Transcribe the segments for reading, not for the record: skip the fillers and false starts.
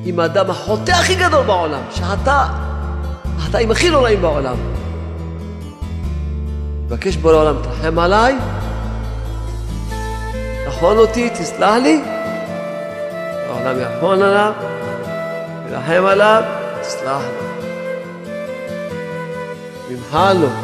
עם האדם החוטא הכי גדול בעולם, החטאים הכי נוראים בעולם. מבקש בורא העולם, תרחם עליי, תחון אותי, תסלח לי. העולם יחון עליו, ירחם עליו, תסלח לו. ימחל לו.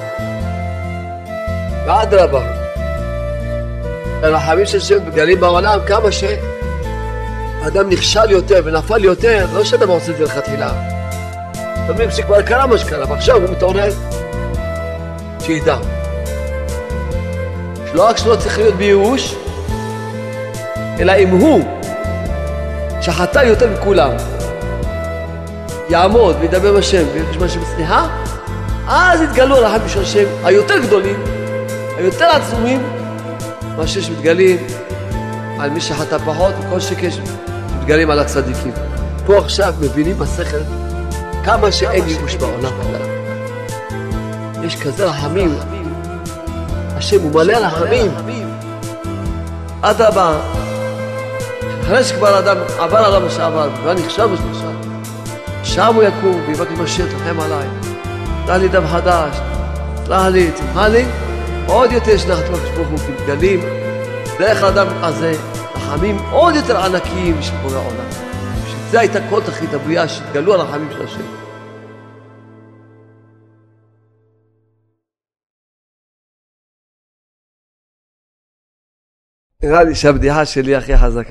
ואדרבה, הרחמים של השם מגלים בעולם כמה שאדם נכשל יותר ונפל יותר, לא שאדם עושה את זה לכתחילה. אומרים שכבר קרה מה שקרה, ועכשיו הוא מתעורר, שידע. שלא רק שלא צריך להיות בייאוש, אלא אם הוא, שחטא יותר מכולם, יעמוד וידבר בשם ויבקש מהשם סליחה, אז יתגלו הרחמים של השם היותר גדולים, היותר עצומים, מה שיש מתגלים על מי שחטא פחות, וכל שקש מתגלים על הצדיקים. פה עכשיו מבינים בשכל כמה שאין ייאוש בעולם. יש כזה רחמים, השם הוא מלא רחמים. אדרבה, אחרי שכבר אדם עבר עליו מה שעבר, כבר נכשל מה שנכשל, שם הוא יקום ויבקש מהשם תרחם עליי, סלח לי דם חדש, סלח לי, תמחה לי, עוד יותר יש נחת ברוך הוא, כי מתגלים דרך האדם הזה רחמים עוד יותר ענקיים של בורא העולם. שזה הייתה כל תכלית הבריאה, שהתגלו הרחמים של השם. נראה לי שהבדיחה שלי הכי חזקה.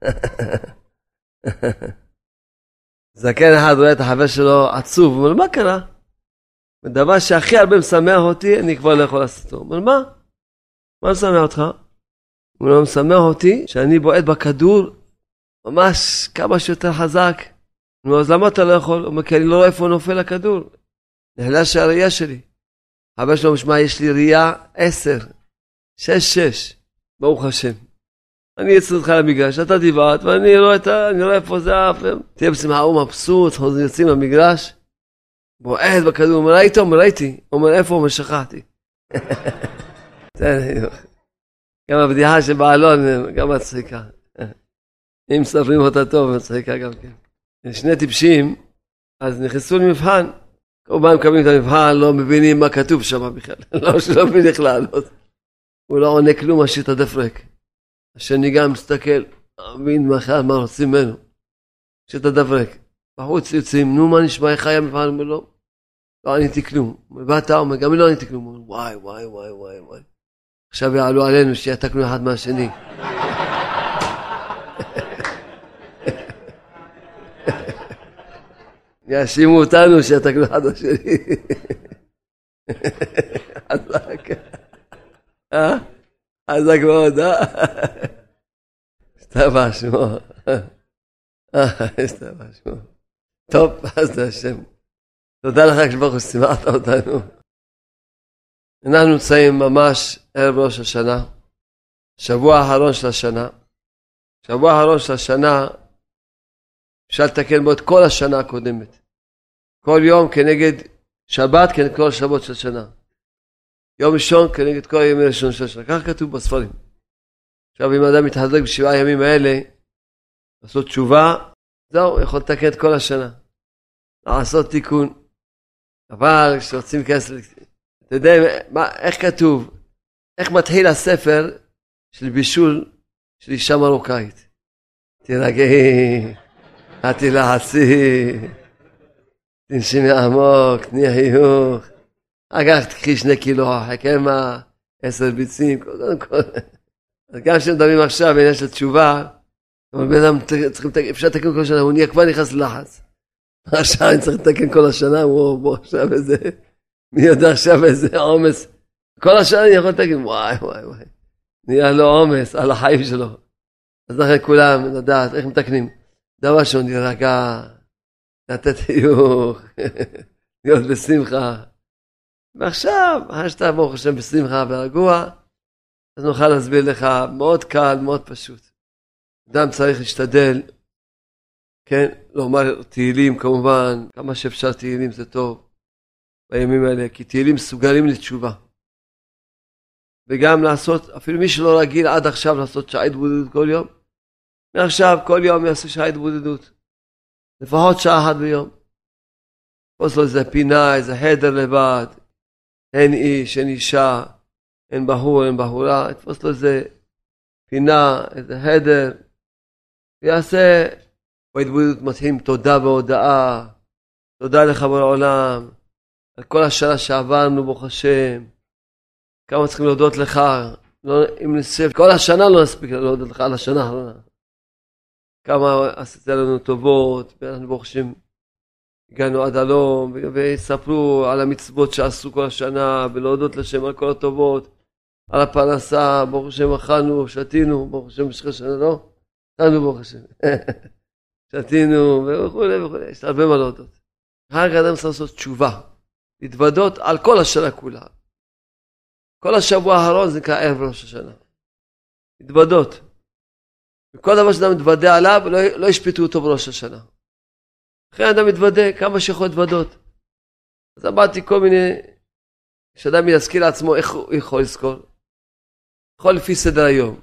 זקן אחד רואה את החבר שלו עצוב, הוא אומר, מה קרה? הדבר שהכי הרבה משמח אותי, אני כבר לא יכול לעשות. הוא אומר, מה משמח אותך? הוא אומר, משמח אותי שאני בועט בכדור ממש כמה שיותר חזק. הוא אומר, אז למה אתה לא יכול? הוא אומר, כי אני לא רואה איפה נופל הכדור. נחלש הראייה שלי. החבר שלו משמע, יש לי ראייה 10, 6, ברוך השם. אני אצל אותך למגרש, אתה תבעט, ואני רואה איפה זה אף. תהיה בשמחה, הוא מבסוט, יוצאים למגרש. בועט בכדור, הוא אומר, ראית? הוא אומר, ראיתי. הוא אומר, איפה? הוא אומר, שכחתי. גם הבדיחה שבעלון, גם מצחיקה. אם מספרים אותה טוב, מצחיקה גם כן. שני טיפשים, אז נכנסו למבחן. כל פעם מקבלים את המבחן, לא מבינים מה כתוב שם בכלל. לא מבין איך לעלות. הוא לא עונה כלום, משאיר את הדפרק. השני גם מסתכל, מבין מה רוצים ממנו. משאיר את הדפרק. בחוץ יוצאים, נו מה נשמע, איך היה מבחן? אומר לו, לא עניתי כלום. ובאת, אומר, גם לא עניתי כלום. אומר, וואי. עכשיו יעלו עלינו שיעתקנו אחד מהשני. יאשימו אותנו שיעתקנו אחד מהשני. חזק מאוד, השתבח שמו. השתבח שמו. טוב, אז זה השם. תודה לך כשברוך הוא שימחת אותנו. אנחנו נמצאים ממש ערב ראש השנה, שבוע האחרון של השנה. שבוע האחרון של השנה, אפשר לתקן בו את כל השנה הקודמת. כל יום כנגד שבת, כנגד כל השבועות של השנה. יום ראשון כנגד כל ימי ראשון של השנה. כך כתוב בספרים. עכשיו אם האדם מתחזק בשבעה ימים האלה, לעשות תשובה, זהו, יכול לתקן את כל השנה. לעשות תיקון. אבל כשרוצים להיכנס, אתה יודע איך כתוב, איך מתחיל הספר של בישול של אישה מרוקאית. תירגעי, תלחצי, תנשימי עמוק, תני חיוך, אגב תקחי 2 קילו חכמה, 10 ביצים, קודם כל. אז גם כשמדברים עכשיו בעניין של תשובה, אפשר לתקן כל שנה, הוא נהיה כבר נכנס ללחץ. עכשיו אני צריך לתקן כל השנה, בוא עכשיו איזה, מי יודע עכשיו איזה עומס. כל השנה אני יכול לתקן, וואי. נהיה לו עומס על החיים שלו. אז לכן כולם לדעת איך מתקנים. דבר שהוא נרגע, לתת חיוך, להיות בשמחה. ועכשיו, אחרי שאתה ברוך השם בשמחה ורגוע, אז נוכל להסביר לך מאוד קל, מאוד פשוט. אדם צריך להשתדל, כן, לומר תהילים כמובן, כמה שאפשר תהילים זה טוב בימים האלה, כי תהילים מסוגלים לתשובה. וגם לעשות, אפילו מי שלא רגיל עד עכשיו לעשות שעה התבודדות כל יום, מעכשיו כל יום יעשה שעה התבודדות. לפחות שעה אחת ביום. תפוס לו איזה פינה, איזה חדר לבד, אין איש, אין אישה, אין בחור, אין בחורה, תפוס לו איזה פינה, איזה חדר, ויעשה בהתבודדות מתחילים תודה והודאה, תודה לך בעולם, על כל השנה שעברנו ברוך השם, כמה צריכים להודות לך, לא, אם נסף, כל השנה לא נספיק להודות לך על השנה האחרונה. כמה עשית לנו טובות, ואנחנו ברוך השם הגענו עד הלום, ויספרו על המצוות שעשו כל השנה, ולהודות לשם על כל הטובות, על הפרנסה, ברוך השם אכלנו, שתינו, ברוך השם במשך השנה, לא? אכלנו ברוך השם. שתינו, וכו' וכו', יש הרבה מה להודות. רק אדם צריך לעשות תשובה, להתוודות על כל השנה כולה. כל השבוע האחרון זה נקרא ערב ראש השנה. להתוודות. וכל דבר שאדם מתוודא עליו, לא ישפטו אותו בראש השנה. אחרי אדם מתוודא, כמה שיכול להתוודות. אז אמרתי כל מיני, שאדם יזכיר לעצמו איך הוא יכול לזכור. יכול לפי סדר היום.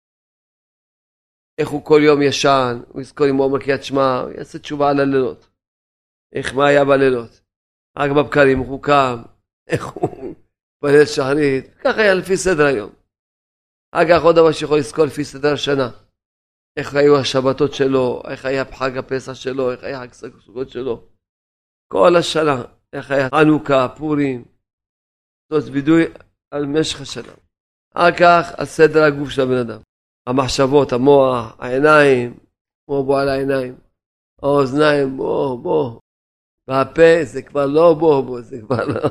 איך הוא כל יום ישן, הוא יזכור אם הוא אומר קריאת שמע, הוא יעשה תשובה על הלילות. איך מה היה בלילות. רק בבקרים, איך הוא קם, איך הוא בליל שחרית, ככה היה לפי סדר היום. אגב, עוד דבר שיכול לזכור לפי סדר השנה. איך היו השבתות שלו, איך היה חג הפסח שלו, איך היה חג סוכות שלו. כל השנה, איך היה חנוכה, פורים. זאת וידוי על משך השנה. אחר כך על סדר הגוף של הבן אדם. המחשבות, המוח, העיניים, בוא על העיניים. האוזניים, בוא. והפה זה כבר לא בוא, זה כבר לא.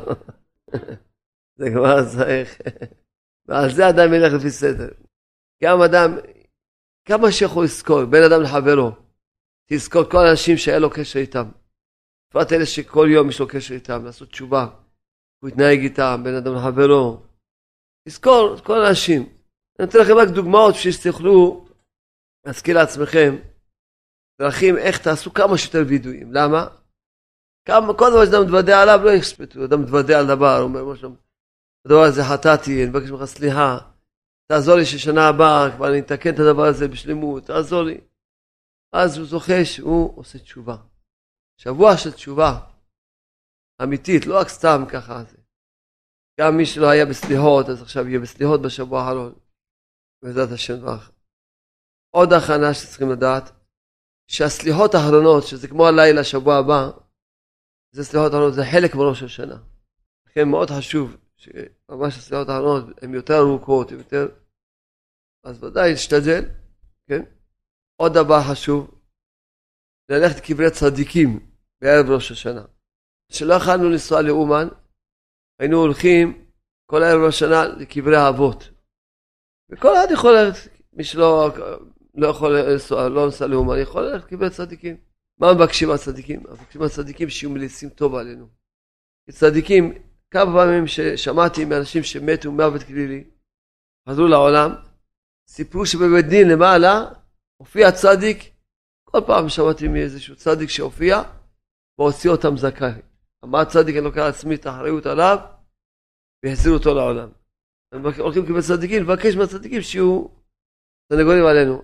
זה כבר צריך. ועל זה אדם ילך לפי סדר. גם אדם, כמה שיכול לזכור, בין אדם לחברו, תזכור כל האנשים שהיה לו קשר איתם. בפרט אלה שכל יום יש לו קשר איתם, לעשות תשובה. הוא יתנהג איתם, בין אדם לחברו. תזכור כל האנשים. אני אתן לכם רק דוגמאות שתוכלו להזכיר לעצמכם דרכים איך תעשו כמה שיותר וידויים. למה? כל דבר שאדם מתוודא עליו לא ישפטו. אדם מתוודא על דבר, הוא אומר משהו, הדבר הזה חטאתי, אני מבקש ממך סליחה, תעזור לי ששנה הבאה כבר אני אתקן את הדבר הזה בשלמות, תעזור לי. אז הוא זוכה שהוא עושה תשובה. שבוע של תשובה אמיתית, לא רק סתם ככה. גם מי שלא היה בסליחות, אז עכשיו יהיה בסליחות בשבוע האחרון. בעזרת השם ברך. עוד הכנה שצריכים לדעת, שהסליחות האחרונות, שזה כמו הלילה שבוע הבא, זה סליחות האחרונות, זה חלק מראש השנה. לכן מאוד חשוב, שממש הסליחות האחרונות הן יותר ארוכות, יותר, אז ודאי נשתדל, כן? עוד דבר חשוב, ללכת לקברי צדיקים בערב ראש השנה. שלא יכולנו לנסוע לאומן, היינו הולכים כל ערב ראש השנה לקברי האבות. וכל אחד יכול ללכת, מי שלא יכול לנסוע, לא נסוע לאומן, יכול ללכת לקברי צדיקים. מה מבקשים הצדיקים? מבקשים הצדיקים שיהיו מליצים טוב עלינו. צדיקים, כמה פעמים ששמעתי מאנשים שמתו מוות כלילי, חזרו לעולם, סיפרו שבבית דין למעלה, הופיע צדיק, כל פעם שמעתי מאיזשהו צדיק שהופיע, והוציא אותם זכאי. אמר הצדיק, אני לוקח לעצמי את האחריות עליו, והחזיר אותו לעולם. הולכים כבית צדיקים, לבקש מהצדיקים שיהיו סנגורים עלינו.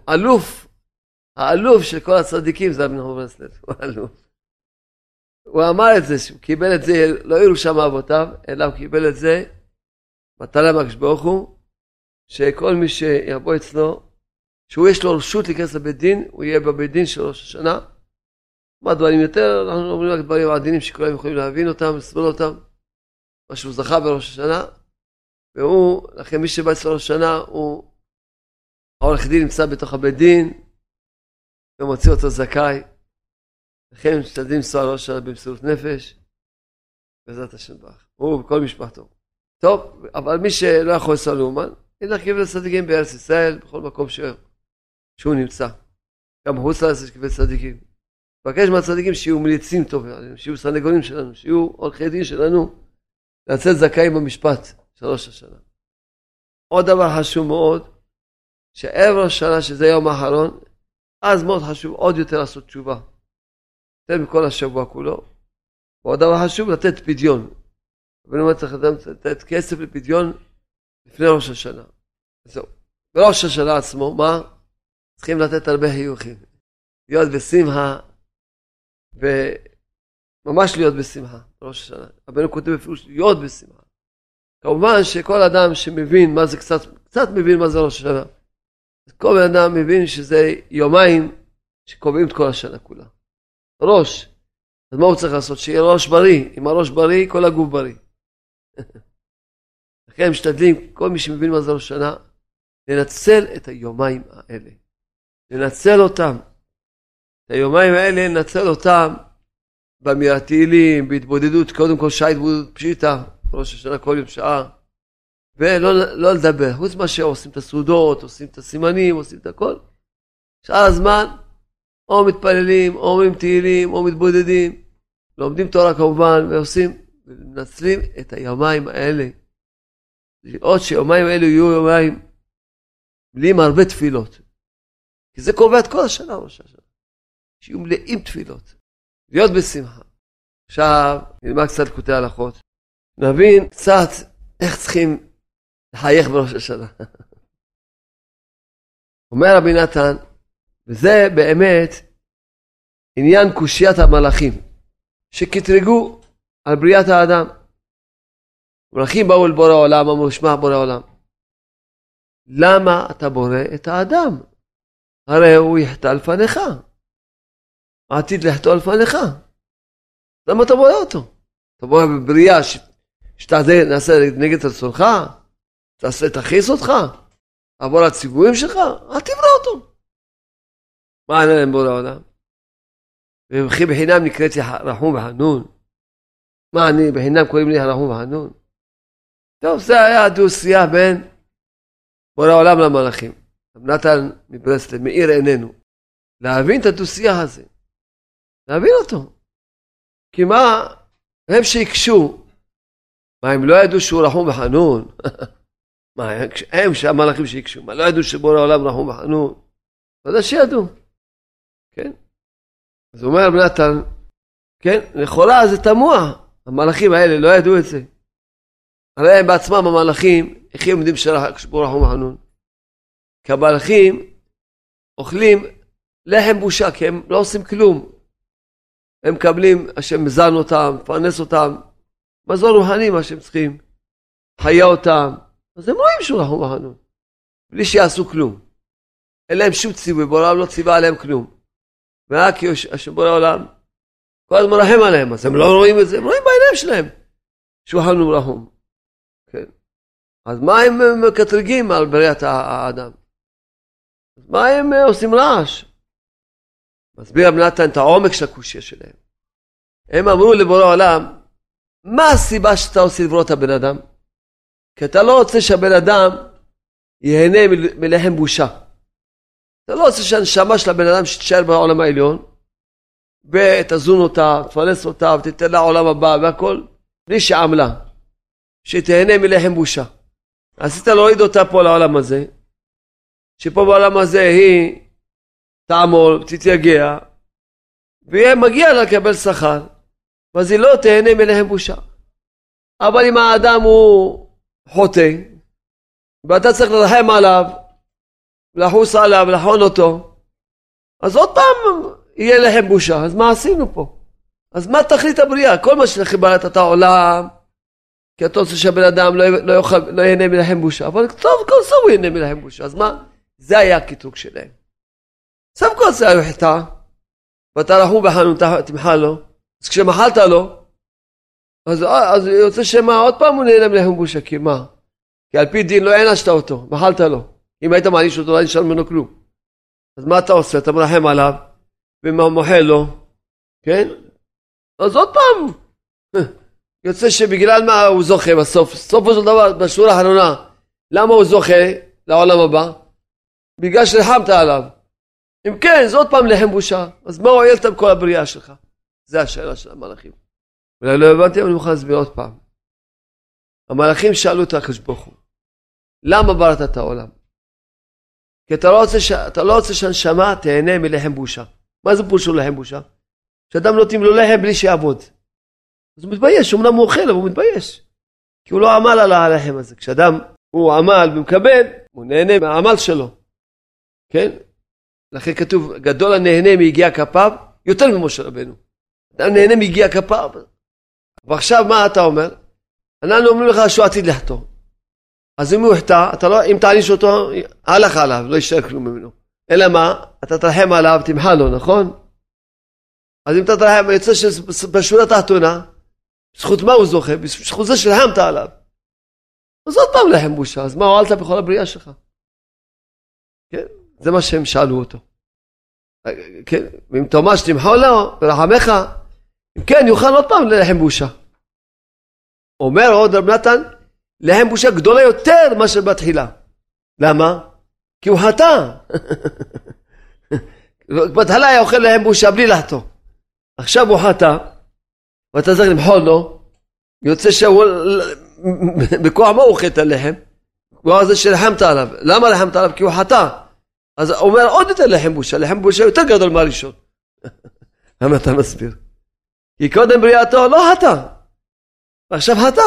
האלוף של כל הצדיקים זה אבן חוברסלר, הוא האלוף. הוא אמר את זה, שהוא קיבל את זה, לא יראו שם אבותיו, אלא הוא קיבל את זה, מתנה מהקדוש ברוך הוא, שכל מי שיבוא אצלו, שהוא יש לו רשות להיכנס לבית דין, הוא יהיה בבית דין של ראש השנה. מה דברים יותר, אנחנו אומרים רק דברים עדינים שכולם יכולים להבין אותם, לסבול אותם, מה שהוא זכה בראש השנה, והוא, לכן מי שבא אצל ראש השנה, העורך דין נמצא בתוך הבית דין, ומוציא אותו זכאי, לכן משתדלים לנסוע ראש השנה במסירות נפש, בעזרת השם ברך, הוא וכל משפחתו. טוב, אבל מי שלא יכול לנסוע לאומן, ילך קברי צדיקים בארץ ישראל, בכל מקום שהוא נמצא. גם חוץ לארץ יש קברי צדיקים. מבקש מהצדיקים שיהיו מליצים טובים עלינו, שיהיו סנגורים שלנו, שיהיו עורכי דין שלנו, לצאת זכאים במשפט של ראש השנה. עוד דבר חשוב מאוד, שערב ראש השנה, שזה יום האחרון, אז מאוד חשוב עוד יותר לעשות תשובה. לתת מכל השבוע כולו. ועוד דבר חשוב, לתת פדיון. אבל אומר צריך לתת כסף לפדיון לפני ראש השנה. זהו. בראש השנה עצמו, מה? צריכים לתת הרבה חיוכים. להיות בשמחה, וממש להיות בשמחה, בראש השנה. רבנו כותב בפירוש להיות בשמחה. כמובן שכל אדם שמבין מה זה קצת מבין מה זה ראש השנה. כל אדם מבין שזה יומיים שקובעים את כל השנה כולה. ראש. אז מה הוא צריך לעשות? שיהיה ראש בריא. אם הראש בריא, כל הגוף בריא. לכן משתדלים, כל מי שמבין מה זה ראש השנה, לנצל את היומיים האלה. לנצל אותם. את היומיים האלה, לנצל אותם באמירת תהילים, בהתבודדות, קודם כל שעה התבודדות פשיטה, ראש השנה כל יום שעה, ולא לדבר. חוץ מה שעושים את הסעודות, עושים את הסימנים, עושים את הכל. שעה הזמן, או מתפללים, או אומרים תהילים, או מתבודדים, לומדים תורה כמובן, ועושים, ומנצלים את היומיים האלה. עוד שיומיים האלה יהיו יומיים מלאים הרבה תפילות. כי זה קובע את כל השנה, ראש השנה. שיהיו מלאים תפילות. להיות בשמחה. עכשיו, נלמד קצת קוטעי הלכות. נבין קצת איך צריכים לחייך בראש השנה. אומר רבי נתן, וזה באמת עניין קושיית המלאכים, שקטרגו על בריאת האדם. מלאכים באו אל בורא העולם, אמרו, שמע בורא העולם, למה אתה בורא את האדם? הרי הוא יחטא לפניך. עתיד לחטוא לפניך. למה אתה בורא אותו? אתה בורא בבריאה נעשה נגד רצונך? תכעיס אותך? עבור הציבורים שלך? אל תברא אותו. מה ענה להם בורא העולם? ובכי בחינם נקראתי רחום וחנון. מה אני בחינם קוראים לי רחום וחנון? טוב, זה היה דו-שיח בין בורא העולם למלאכים. רבי נתן מברסלב מאיר עינינו. להבין את הדו-שיח הזה. להבין אותו. כי מה? הם שיקשו. מה, הם לא ידעו שהוא רחום וחנון? מה, הם שהמלאכים שיקשו. מה, לא ידעו שבורא העולם רחום וחנון? ודאי שידעו. כן? אז הוא אומר רבי נתן, כן, לכאורה זה תמוה. המלאכים האלה לא ידעו את זה. הרי הם בעצמם המלאכים, איך הם יודעים שבורא רחום וחנון? כי המלאכים אוכלים לחם בושה, כי הם לא עושים כלום. הם מקבלים, השם מזן אותם, פרנס אותם, מזון רוחני מה שהם צריכים, חיה אותם. אז הם רואים שהוא רחום וחנון, בלי שיעשו כלום. אין להם שום ציווי, בורא העולם לא ציווה עליהם כלום. ורק השם בורא העולם, כל הזמן רחם עליהם, אז הם לא רואים את זה, הם רואים בעיניים שלהם, שהוא חנון ורחום. כן. אז מה הם מקטרגים על בריאת האדם? אז מה הם עושים רעש? מסביר רבי נתן את העומק של הקושיה שלהם. הם אמרו לבורא העולם, מה הסיבה שאתה עושה לברוא את הבן אדם? כי אתה לא רוצה שהבן אדם ייהנה מלחם בושה. אתה לא רוצה שהנשמה של הבן אדם שתשאר בעולם העליון, ותזון אותה, תפרנס אותה, ותתן לה עולם הבא והכל, בלי שעמלה, שתהנה מלחם בושה. עשית להוריד אותה פה לעולם הזה, שפה בעולם הזה היא תעמול, תתייגע, ויהיה מגיע לה לקבל שכר, ואז היא לא תהנה מלחם בושה. אבל אם האדם הוא חוטא, ואתה צריך לרחם עליו, לחוס עליו, לחון אותו, אז עוד פעם יהיה לחם בושה. אז מה עשינו פה? אז מה תכלית הבריאה? כל מה שלכם בראת את העולם, כי אתה רוצה שהבן אדם לא ייהנה מלחם בושה, אבל טוב, כל סוף הוא ייהנה מלחם בושה. אז מה? זה היה הקטרוג שלהם. סוף כל זה היה חטא, ואתה רחום וחנון, תמחל לו, אז כשמחלת לו, אז יוצא שמה, עוד פעם הוא נהנה מלחם בושה, כי מה? כי על פי דין לא הענשת אותו, מחלת לו. אם היית מעניש אותו, לא נשאר ממנו כלום. אז מה אתה עושה? אתה מרחם עליו, ומוחל לו, כן? אז עוד פעם, יוצא שבגלל מה הוא זוכה בסוף, סופו של דבר, בשורה האחרונה, למה הוא זוכה לעולם הבא? בגלל שרחמת עליו. אם כן, זה עוד פעם לחם בושה. אז מה הועלת בכל הבריאה שלך? זה השאלה של המלאכים. אולי לא הבנתי, אבל אני מוכן להסביר עוד פעם. המלאכים שאלו את הקדוש ברוך הוא, למה בראת את העולם? כי אתה לא רוצה שהנשמה תהנה מלחם בושה. מה זה פולשו לחם בושה? שאדם נותנים לו לחם בלי שיעבוד. אז הוא מתבייש, אמנם הוא אוכל, אבל הוא מתבייש. כי הוא לא עמל על הלחם הזה. כשאדם הוא עמל ומקבל, הוא נהנה מהעמל שלו. כן? לכן כתוב, גדול הנהנה מיגיע כפיו, יותר ממשה רבנו. אתה נהנה מגיע כפר. ועכשיו מה אתה אומר? אנחנו אומרים לך שהוא עתיד לחטוא. אז אם הוא יחטא, אם תעניש אותו, הלך עליו, לא יישאר כלום ממנו. אלא מה? אתה תרחם עליו, תמחה לו, נכון? אז אם אתה תרחם, יוצא שבשורה התחתונה, זכות מה הוא זוכה? בזכות זה שלחמת עליו. אז עוד פעם לחם בושה, אז מה הועלת בכל הבריאה שלך? כן? זה מה שהם שאלו אותו. כן? ואם תאמר שתמחה לו, ורחמך, אם כן, יוכל עוד פעם לחם בושה. אומר עוד רב נתן, לחם בושה גדולה יותר מאשר בתחילה. למה? כי הוא חטא. בהתחלה היה אוכל לחם בושה בלי לחטוא. עכשיו הוא חטא, ואתה צריך למחול לו, יוצא שהוא, בכוח מה הוא חטא לחם? בכוח זה שלחמת עליו. למה לחמת עליו? כי הוא חטא. אז הוא אומר עוד יותר לחם בושה, לחם בושה יותר גדול מהראשון. למה אתה מסביר? כי קודם בריאתו לא חטא, ועכשיו חטא.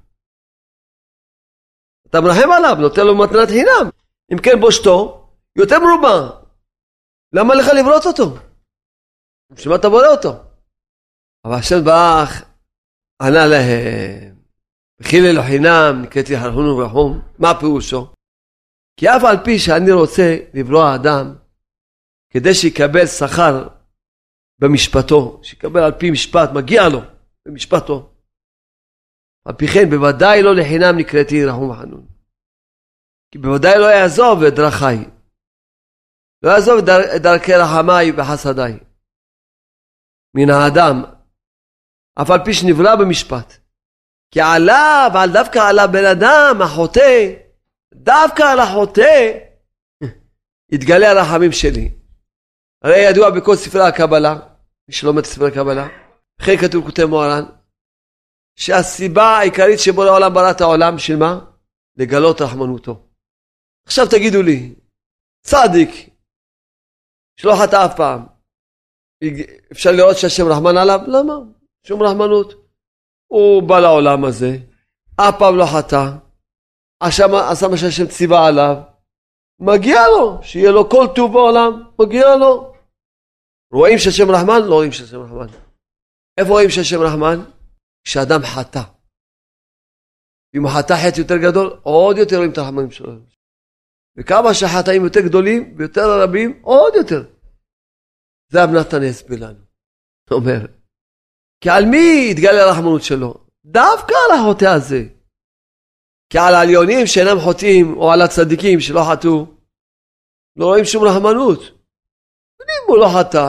אתה מרחם עליו, נותן לו מתנת חינם. אם כן בושתו, יותר מרובה. למה לך לברות אותו? בשביל מה אתה בורא אותו? אבל השם ברח ענה להם, וחילי לו חינם, נקראתי חרחונו ורחום. מה פירושו? כי אף על פי שאני רוצה לברוא האדם, כדי שיקבל שכר במשפטו, שיקבל על פי משפט, מגיע לו במשפטו. על פי כן בוודאי לא לחינם נקראתי רחום וחנון. כי בוודאי לא יעזוב את דרכי. לא יעזוב את דרכי רחמי וחסדי. מן האדם, אף על פי שנברא במשפט. כי עליו, על דווקא על הבן אדם, החוטא, דווקא על החוטא, יתגלה הרחמים שלי. הרי ידוע בכל ספרי הקבלה, מי שלומד ספרי הקבלה, אחרי כתוב כותב מוהר"ן, שהסיבה העיקרית שבו לעולם ברא את העולם, של מה? לגלות רחמנותו. עכשיו תגידו לי, צדיק, שלא חטא אף פעם, אפשר לראות שהשם רחמן עליו? למה? שום רחמנות. הוא בא לעולם הזה, אף פעם לא חטא, עשה מה שהשם ציווה עליו, מגיע לו, שיהיה לו כל טוב בעולם, מגיע לו. רואים שהשם רחמן? לא רואים שהשם רחמן. איפה רואים שהשם רחמן? כשאדם חטא. אם הוא חטא חטא יותר גדול, עוד יותר רואים את הרחמנים שלו. וכמה שהחטאים יותר גדולים ויותר רבים, עוד יותר. זה רב נתן יסביר לנו. הוא אומר, כי על מי יתגלה הרחמנות שלו? דווקא על החוטא הזה. כי על העליונים שאינם חוטאים, או על הצדיקים שלא חטאו, לא רואים שום רחמנות. אם הוא לא חטא,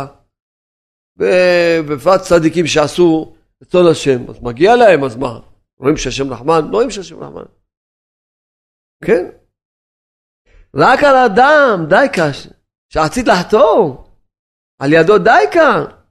בפרט צדיקים שעשו רצון השם, אז מגיע להם, אז מה? רואים שהשם רחמן? לא רואים שהשם רחמן. כן? רק על האדם, דייקה, שעתיד לחטוא, על ידו דייקה,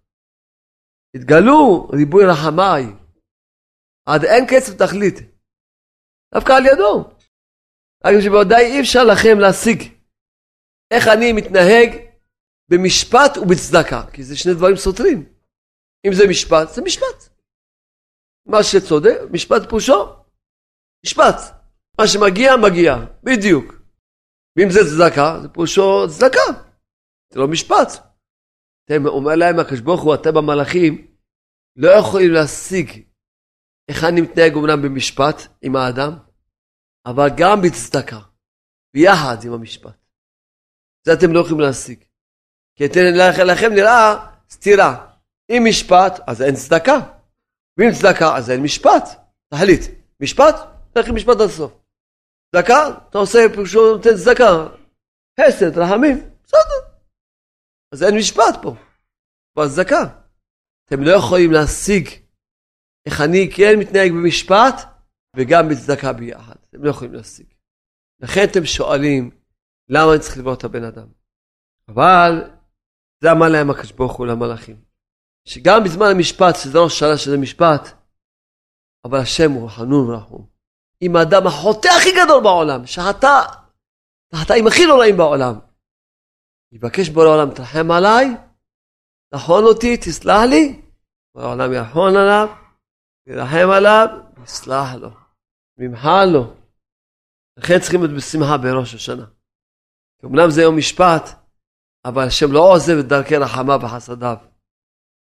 התגלו ריבוי רחמי, עד אין קץ ותכלית. דווקא על ידו. אגב שבוודאי אי אפשר לכם להשיג איך אני מתנהג במשפט ובצדקה, כי זה שני דברים סותרים. אם זה משפט, זה משפט. מה שצודק, משפט פושו, משפט. מה שמגיע, מגיע, בדיוק. ואם זה צדקה, זה פושו צדקה. זה לא משפט. אומר להם הקדוש ברוך הוא, אתם המלאכים, לא יכולים להשיג איך אני מתנהג אומנם במשפט עם האדם, אבל גם בצדקה, ביחד עם המשפט. זה אתם לא יכולים להשיג. כי לכם נראה סתירה. אם משפט, אז אין צדקה. ואם צדקה, אז אין משפט. תחליט. משפט, תלך עם משפט עד הסוף. צדקה, אתה עושה פשוט נותן צדקה. חסד, רחמים, בסדר. אז אין משפט פה. אבל צדקה. אתם לא יכולים להשיג איך אני כן מתנהג במשפט, וגם בצדקה ביחד. אתם לא יכולים להשיג. לכן אתם שואלים, למה אני צריך לברוא את הבן אדם? אבל, זה אמר להם הקדוש ברוך הוא למלאכים. שגם בזמן המשפט, שזה לא שאלה שזה משפט, אבל השם הוא חנון ורחום. אם האדם החוטא הכי גדול בעולם, שהחטאים הכי לא רעים בעולם, יבקש בו לעולם, תרחם עליי, תחון אותי, תסלח לי, והעולם יחון עליו, ירחם עליו, יסלח לו, ממחה לו. לכן צריכים להיות בשמחה בראש השנה. אמנם זה יום משפט, אבל השם לא עוזב את דרכי רחמיו וחסדיו.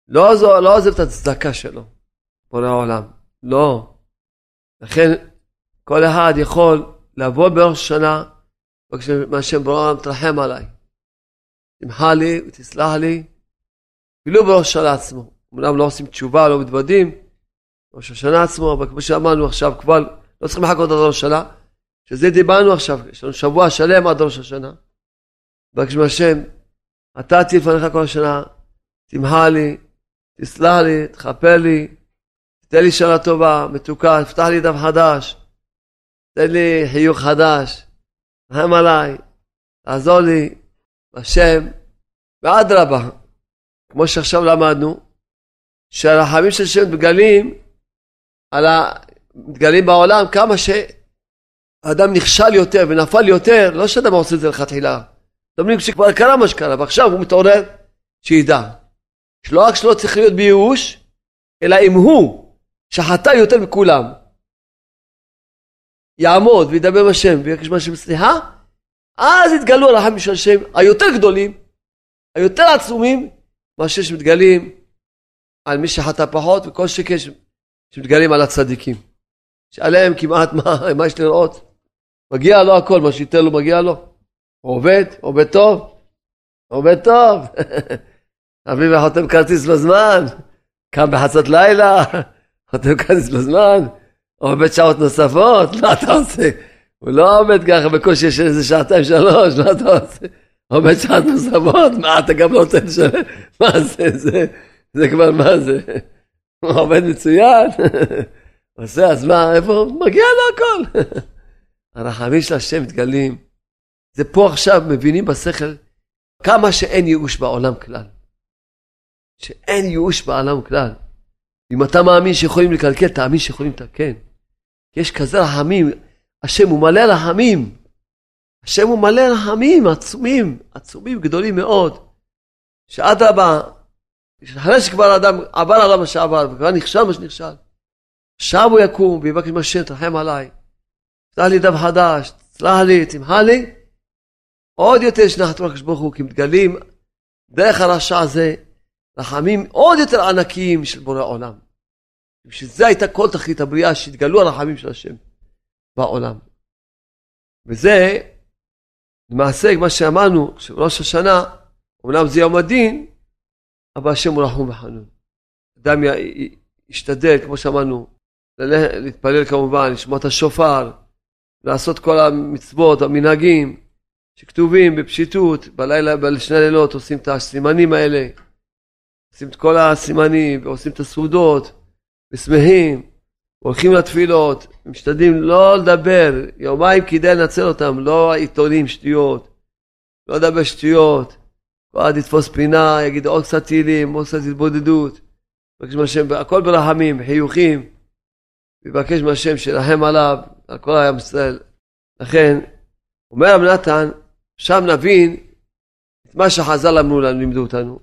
לא עוזב את הצדקה שלו, בורא העולם, לא. לכן כל אחד יכול לבוא בראש השנה, מהשם בורא העולם תרחם עליי, תמחה לי ותסלח לי, אפילו בראש השנה עצמו. אמנם לא עושים תשובה, לא מתוודים, ראש השנה עצמו, אבל כמו שאמרנו עכשיו, כבר לא צריכים לחכות עד ראש השנה, שזה דיברנו עכשיו, יש לנו שבוע שלם עד ראש השנה. בבקש מהשם, אתה תהיה לפניך כל השנה, תמחה לי, תסלח לי, תכפר לי, תתן לי שנה טובה, מתוקה, תפתח לי דף חדש, תן לי חיוך חדש, תרחם עליי, תעזור לי, בשם, ואדרבה, כמו שעכשיו למדנו, שהרחמים של השם מתגלים בעולם, כמה שהאדם נכשל יותר ונפל יותר, לא שאדם עושה את זה לכתחילה, דברים שכבר קרה מה שקרה, ועכשיו הוא מתעורר, שידע, שלא רק שלא צריך להיות בייאוש, אלא אם הוא שחטא יותר מכולם, יעמוד וידבר עם השם ויקש מהשם סליחה, אז יתגלו הרחמים של השם היותר גדולים, היותר עצומים, מאשר שמתגלים על מי שחטא פחות, וכל שכן שמתגלים על הצדיקים, שעליהם כמעט מה יש לראות, מגיע לו הכל, מה שייתן לו מגיע לו, עובד טוב, אביב חותם כרטיס בזמן, קם בחצות לילה, חותם כרטיס בזמן, עובד שעות נוספות, מה אתה עושה? הוא לא עובד ככה, בקושי יש איזה שעתיים שלוש, מה אתה עושה? עובד שעות נוספות, מה אתה גם לא רוצה לשלם? מה זה כבר מה זה? הוא עובד מצוין, עושה, אז מה, איפה? מגיע לו הכל. הרחמים של השם מתגלים, זה פה עכשיו מבינים בשכל, כמה שאין ייאוש בעולם כלל. שאין ייאוש בעולם כלל. אם אתה מאמין שיכולים לקלקל, תאמין שיכולים לתקן. כי יש כזה רחמים, השם הוא מלא רחמים. השם הוא מלא רחמים עצומים גדולים מאוד. שאדרבה, אחרי שכבר אדם עבר עליו מה שעבר, וכבר נכשל מה שנכשל, עכשיו הוא יקום ויבקש מהשם, תרחם עליי. תסלח לי דף חדש, תסלח לי, תמחה לי. עוד יותר שנחת הקדוש ברוך הוא, כי מתגלים דרך הרשע הזה, רחמים עוד יותר ענקיים של בורא עולם. שזה הייתה כל תכלית הבריאה, שהתגלו הרחמים של השם בעולם. וזה, למעשה, מה שאמרנו, שבראש השנה, אומנם זה יום הדין, אבל השם הוא רחום וחנון. אדם ישתדל, כמו שאמרנו, להתפלל כמובן, לשמוע את השופר, לעשות כל המצוות, המנהגים, שכתובים בפשיטות, בלילה, בשני לילות, עושים את הסימנים האלה, עושים את כל הסימנים, ועושים את הסעודות, ושמחים, הולכים לתפילות, משתדלים לא לדבר, יומיים כדי לנצל אותם, לא עיתונים שטויות, לא לדבר שטויות, ועד יתפוס פינה, יגיד עוד קצת תהילים, עוד קצת התבודדות, מבקש מהשם, הכל ברחמים, חיוכים, מבקש מהשם שרחם עליו, על כל עם ישראל. לכן, אומר רב נתן, שם נבין את מה שחז"ל לימדו אותנו,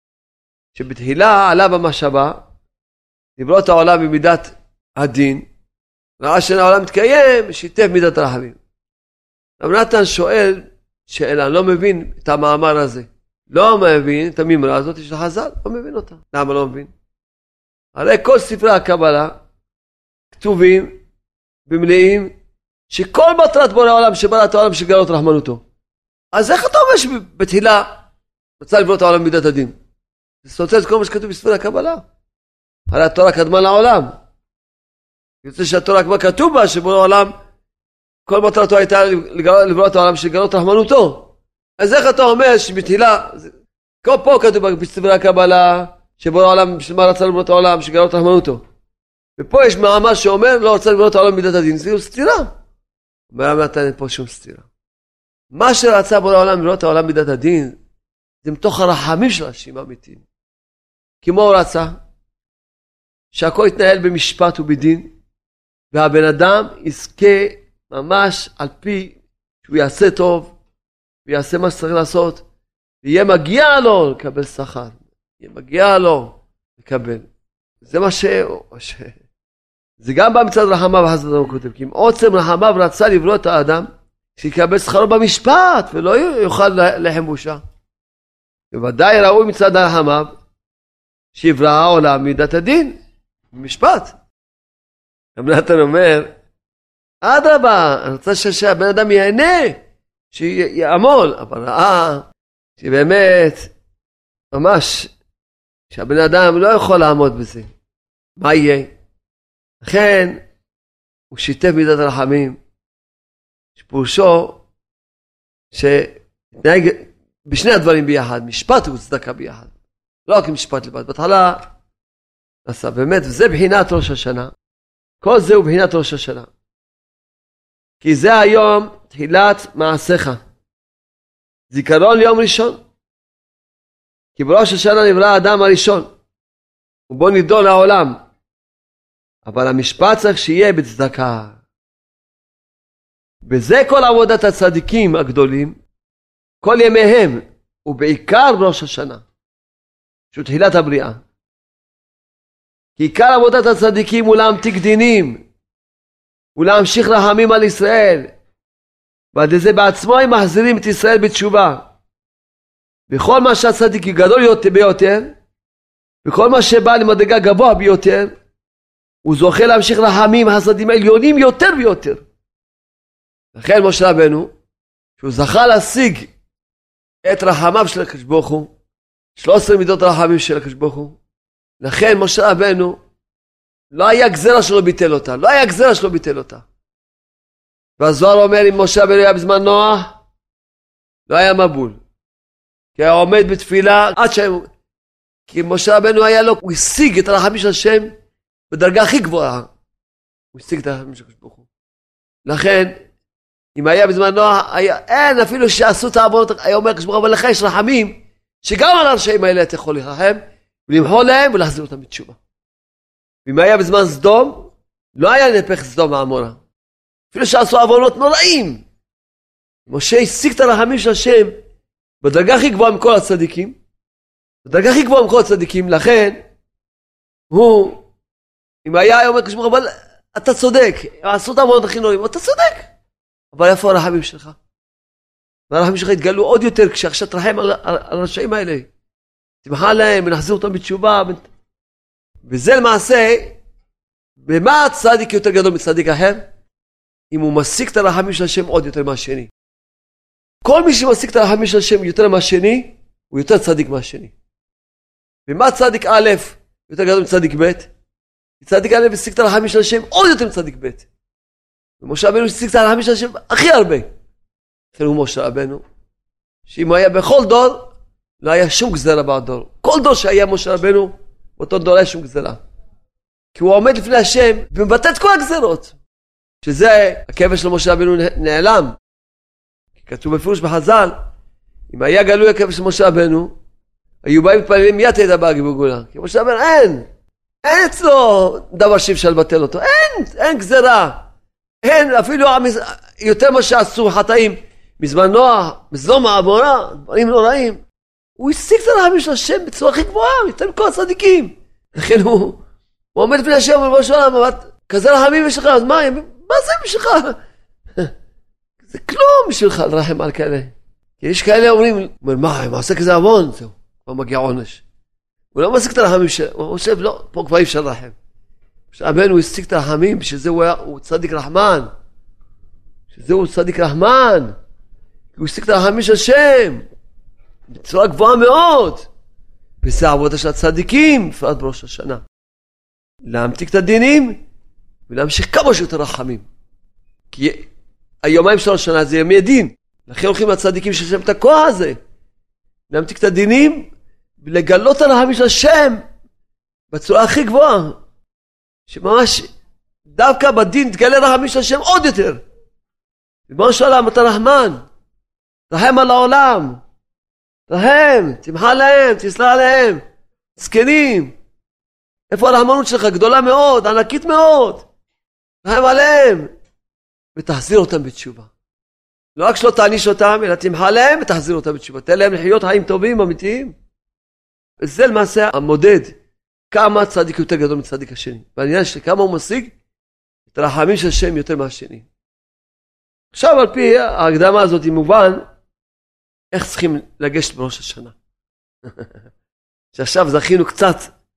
שבתחילה עלה במחשבה, לברוא את העולם במידת הדין, ראה שהעולם מתקיים, שיתף מידת הרחמים. רב נתן שואל שאלה, לא מבין את המאמר הזה, לא מבין את הממרה הזאת של חז"ל, לא מבין אותה. למה לא מבין? הרי כל ספרי הקבלה כתובים במלאים, שכל מטרת בורא העולם שברא את העולם שגלות רחמנותו. אז איך אתה אומר שבתחילה רצה לברוא את העולם במידת הדין? זה סותר את כל מה שכתוב בספרי הקבלה. הרי התורה קדמה לעולם. יוצא שהתורה כבר כתוב בה שבורא העולם, כל מטרתו הייתה לברוא את העולם שגלות רחמנותו. אז איך אתה אומר שבתחילה, כל פה כתוב בספרי הקבלה, שבורא העולם, שמה רצה לברוא את העולם שגלות רחמנותו. ופה יש מאמר שאומר לא רצה לברוא את העולם במידת הדין. זה סתירה. אומר רב נתן, אין פה שום סתירה. מה שרצה בורא העולם לברוא את העולם במידת הדין, זה מתוך הרחמים של אנשים אמיתיים. כמו הוא רצה, שהכל יתנהל במשפט ובדין, והבן אדם יזכה ממש על פי שהוא יעשה טוב, ויעשה מה שצריך לעשות, ויהיה מגיע לו לקבל שכר, יהיה מגיע לו לקבל. זה מה זה גם בא מצד רחמיו, וחסד הוא כותב, כי אם עוצם רחמיו רצה לברוא את האדם, שיקבל שכרו במשפט, ולא יאכל לחם בושה. בוודאי ראוי מצד רחמיו, שיברא העולם מידת הדין, משפט. רב נתן אומר, אדרבה, אני רוצה שהבן אדם ייהנה, שיעמול, אבל ראה שבאמת, ממש, שהבן אדם לא יכול לעמוד בזה. מה יהיה? לכן, הוא שיתף מידת הרחמים, שפורשו, שנהג בשני הדברים ביחד, משפט וצדקה ביחד. לא רק משפט לבד. בהתחלה עשה, באמת, וזה בחינת ראש השנה. כל זה הוא בחינת ראש השנה. כי זה היום תחילת מעשיך. זיכרון ליום ראשון. כי בראש השנה נברא האדם הראשון. ובו נידון העולם. אבל המשפט צריך שיהיה בצדקה. בזה כל עבודת הצדיקים הגדולים, כל ימיהם, ובעיקר בראש השנה. שהוא תחילת הבריאה. כי עיקר עבודת הצדיקים הוא להמתיק דינים, ולהמשיך רחמים על ישראל, ועד לזה בעצמו הם מחזירים את ישראל בתשובה. בכל מה שהצדיק גדול ביותר, בכל מה שבא למדרגה גבוה ביותר, הוא זוכה להמשיך רחמים חסדים עליונים יותר ויותר. לכן משה רבנו, שהוא זכה להשיג את רחמיו של הקדוש ברוך הוא, 13 מידות רחמים של הקדוש ברוך הוא, לכן משה רבנו לא היה גזרה שלא ביטל אותה, לא היה גזרה שלא ביטל אותה. והזוהר אומר, אם משה רבנו היה בזמן נוח, לא היה מבול, כי היה עומד בתפילה עד שהם, כי משה רבנו היה לו, הוא השיג את הרחמים של השם בדרגה הכי גבוהה, הוא השיג את הרחמים של הקדוש ברוך הוא. לכן אם היה בזמן נוח, אין אפילו שעשו את העבונות, היה אומר הקדוש ברוך הוא, אבל לך יש רחמים שגם על הרשעים האלה אתה יכול לרחם ולמחול להם ולהחזיר אותם בתשובה. ואם היה בזמן סדום, לא היה נהפך סדום ועמורה. אפילו שעשו עוונות נוראים. משה השיג את הרחמים של השם בדרגה הכי גבוהה מכל הצדיקים. בדרגה הכי גבוהה מכל הצדיקים, לכן הוא, אם היה אומר הקדוש ברוך הוא, אבל אתה צודק, עשו את העוונות הכי נוראים, אתה צודק. אבל איפה הרחמים שלך? והרחמים שלך התגלו עוד יותר כשעכשיו תרחם על הרשעים האלה. תמחה להם ונחזיר אותם בתשובה. וזה למעשה, במה הצדיק יותר גדול מצדיק אחר? אם הוא משיג את הרחמים של השם עוד יותר מהשני. כל מי שמשיג את הרחמים של השם יותר מהשני, הוא יותר צדיק מהשני. ומה צדיק א' יותר גדול מצדיק ב'? צדיק א' משיג את הרחמים של השם עוד יותר מצדיק ב'. ומשה רבנו השיג את הרחמים של השם הכי הרבה. לכן הוא משה רבנו, שאם הוא היה בכל דור, לא היה שום גזרה בעדור. כל דור שהיה משה רבנו, באותו דור היה שום גזרה. כי הוא עומד לפני השם ומבטא את כל הגזרות. שזה, הכבש של משה רבנו נעלם. כי כתוב בפירוש בחז"ל, אם היה גלוי הכבש של משה רבנו, היו באים מתפללים מיד תדע בא בגאולה. כי משה רבנו אין אצלו דבר שאפשר לבטל אותו. אין גזרה. אין, אפילו יותר מה שעשו חטאים מזמן נוח, מזלום העבורה, דברים נוראים. הוא השיג את הרחמים של השם בצורה הכי גבוהה, יותר מכל הצדיקים. לכן הוא עומד לפני השם ובראש העולם, אבל כזה רחמים בשבילך, אז מה זה בשבילך? זה כלום בשבילך לרחם על כאלה. כי יש כאלה אומרים, מה, אם עושה כזה עוון, זהו, כבר מגיע עונש. הוא לא משיג את הרחמים שלו, הוא חושב, לא, פה כבר אי אפשר לרחם. הבן הוא השיג את הרחמים, בשביל זה הוא צדיק רחמן. בשביל זה הוא צדיק רחמן. הוא השיג את הרחמים של השם. בצורה גבוהה מאוד. וזה העבודה של הצדיקים, בפרט בראש השנה. להמתיק את הדינים, ולהמשיך כמה שיותר רחמים. כי היומיים של השנה זה ימי דין. לכן הולכים לצדיקים שיש להם את הכוח הזה. להמתיק את הדינים, ולגלות את הרחמים של השם, בצורה הכי גבוהה. שממש דווקא בדין תגלה רחמים של השם עוד יותר. ריבונו של עולם, אתה רחמן, רחם על העולם, רחם, תמחה להם, תסלח להם, זקנים. איפה הרחמנות שלך? גדולה מאוד, ענקית מאוד. רחם עליהם ותחזיר אותם בתשובה. לא רק שלא תעניש אותם, אלא תמחה להם ותחזיר אותם בתשובה. תן להם לחיות חיים טובים, אמיתיים. וזה למעשה המודד. כמה צדיק יותר גדול מצדיק השני. בעניין של כמה הוא משיג את הרחמים של השם יותר מהשני. עכשיו על פי ההקדמה הזאת מובן איך צריכים לגשת בראש השנה. שעכשיו זכינו קצת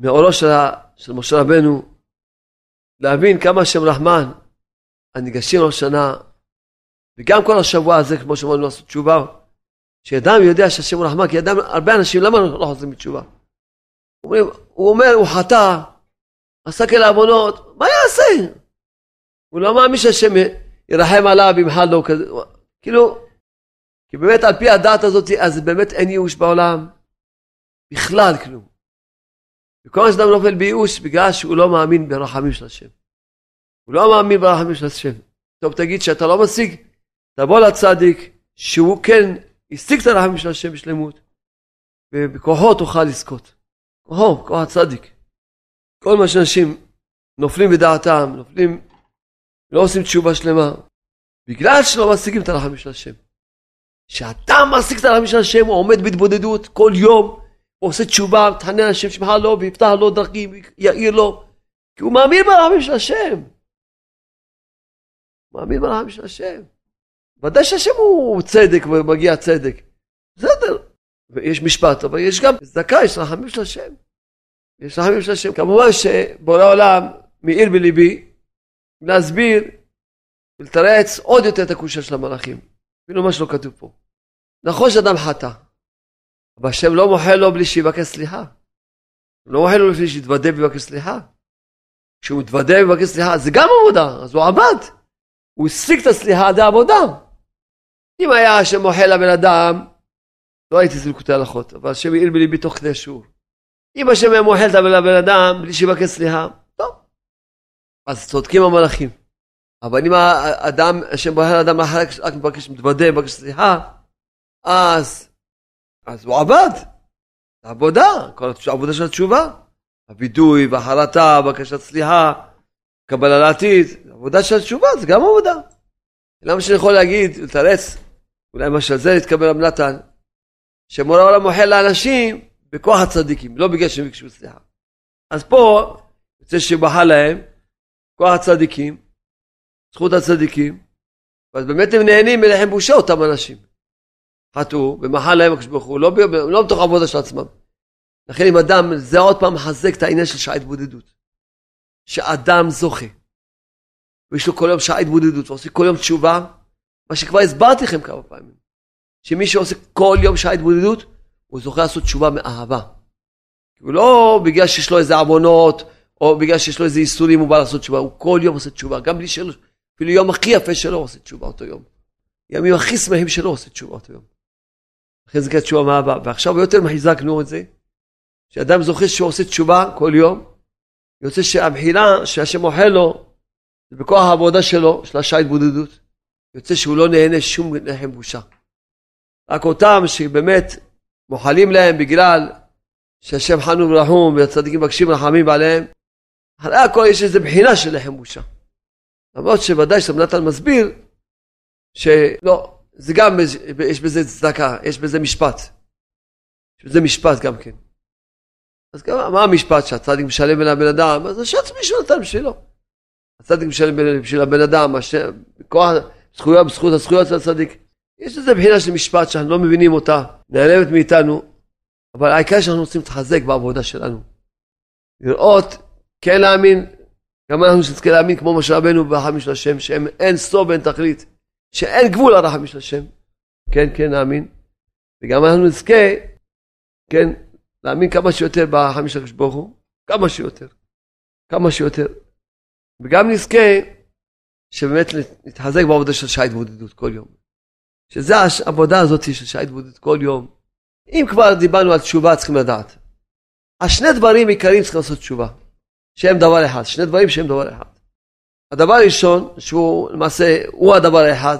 מאורו של משה רבנו, להבין כמה שם רחמן, הניגשים ראש השנה, וגם כל השבוע הזה, כמו שאמרנו, לעשות תשובה, שאדם יודע שהשם הוא רחמן, כי אדם, הרבה אנשים, למה לא חוזרים בתשובה? הוא אומר, הוא חטא, עשה כאלה עוונות, מה יעשה? הוא לא מאמין שהשם ירחם עליו, ימחל לו כזה, כאילו, כי באמת על פי הדעת הזאת, אז באמת אין ייאוש בעולם, בכלל כלום. וכל מה שאדם נופל בייאוש, בגלל שהוא לא מאמין ברחמים של השם. הוא לא מאמין ברחמים של השם. טוב, תגיד שאתה לא משיג, תבוא לצדיק, שהוא כן ישיג את הרחמים של השם בשלמות, ובכוחו תוכל לזכות. כוח הצדיק. כל מה שאנשים נופלים בדעתם, נופלים, לא עושים תשובה שלמה, בגלל שלא משיגים את הרחמים של השם. שאתה משיג את הרחמים של השם, הוא עומד בהתבודדות כל יום, הוא עושה תשובה, מתחנן השם שמחה לו, ויפתח לו דרכים, יאיר לו, כי הוא מאמין ברחמים של השם. מאמין ברחמים של השם. ודאי שהשם הוא צדק, ומגיע צדק. בסדר. ויש משפט, אבל יש גם צדקה, יש רחמים של השם. יש רחמים של השם. כמובן שבורא העולם מאיר בליבי, להסביר ולתרץ עוד יותר את הקושיה של המלאכים. אפילו מה שלא כתוב פה. נכון שאדם חטא, אבל השם לא מוחל לו בלי שיבקש סליחה. הוא לא מוחל לו לפני שיתוודה ויבקש סליחה. כשהוא מתוודה ויבקש סליחה, זה גם עבודה, אז הוא עבד. הוא השיג את הסליחה עד העבודה. אם היה השם מוחל לבן אדם, לא הייתי זלקותי הלכות, אבל השם יעיר בליבי תוך כדי שיעור. אם השם היה מוחל לבן אדם בלי שיבקש סליחה, טוב. אז צודקים המלאכים. אבל אם האדם, השם מוחל לאדם רק מבקש, מתוודה, מבקש סליחה, אז הוא עבד. זה עבודה, כל העבודה של התשובה. הבידוי והחרטה, בקשת סליחה, קבלה לעתיד, עבודה של התשובה, זה גם עבודה. למה שאני יכול להגיד, לתרץ, אולי מה של זה להתקבל רב נתן, שמורה העולם מוחל לאנשים בכוח הצדיקים, לא בגלל שהם ביקשו סליחה. אז פה, יוצא שבחל להם, כוח הצדיקים, זכות הצדיקים, ואז באמת הם נהנים מלחם בושה אותם אנשים. חטאו, ומחל להם הקדוש ברוך הוא, לא בתוך עבודה של עצמם. לכן אם אדם, זה עוד פעם מחזק את העניין של שעה התבודדות. שאדם זוכה. ויש לו כל יום שעה התבודדות, ועושה כל יום תשובה, מה שכבר הסברתי לכם כמה פעמים. שמי שעושה כל יום שעה התבודדות, הוא זוכה לעשות תשובה מאהבה. הוא לא בגלל שיש לו איזה עוונות, או בגלל שיש לו איזה איסורים, הוא בא לעשות תשובה, הוא כל יום עושה תשובה, גם בלי שלו, אפילו יום הכי יפה שלו עושה תשובה אותו יום. ימים הכי שמחים שלו עושה תשובה אותו יום. אחרי זה כעת תשובה מאהבה, ועכשיו יותר מחיזקנו את זה, שאדם זוכה שהוא עושה תשובה כל יום, יוצא שהבחינה שהשם מוחל לו, זה בכוח העבודה שלו, של השעה התבודדות, יוצא שהוא לא נהנה שום לחם בושה. רק אותם שבאמת מוחלים להם בגלל שהשם חנון ורחום והצדיקים מבקשים רחמים עליהם, אחרי הכל יש איזו בחינה של לחם בושה. למרות שוודאי שרב נתן מסביר שלא, זה גם, יש בזה צדקה, יש בזה משפט. יש בזה משפט גם כן. אז גם, מה המשפט שהצדיק משלם לבן אדם? אז השם מישהו נתן בשבילו. הצדיק משלם בשביל הבן אדם, בכוח זכויות, בזכות הזכויות של הצדיק. יש איזו בחינה של משפט שאנחנו לא מבינים אותה, נעלמת מאיתנו, אבל העיקר שאנחנו רוצים להתחזק בעבודה שלנו. לראות, כן להאמין, גם אנחנו שצריך להאמין כמו משה רבנו ברחמים של השם, שהם אין סוף ואין תכלית, שאין גבול לרחמים של השם. כן, להאמין. וגם אנחנו נזכה, כן, להאמין כמה שיותר ברחמים של הקדוש ברוך הוא, כמה שיותר. וגם נזכה שבאמת נתחזק בעבודה של שעה התבודדות כל יום. שזה העבודה הזאת של שעה התבודדות כל יום. אם כבר דיברנו על תשובה, צריכים לדעת. השני דברים עיקריים צריכים לעשות תשובה. שהם דבר אחד. שני דברים שהם דבר אחד. הדבר הראשון, שהוא למעשה, הוא הדבר האחד,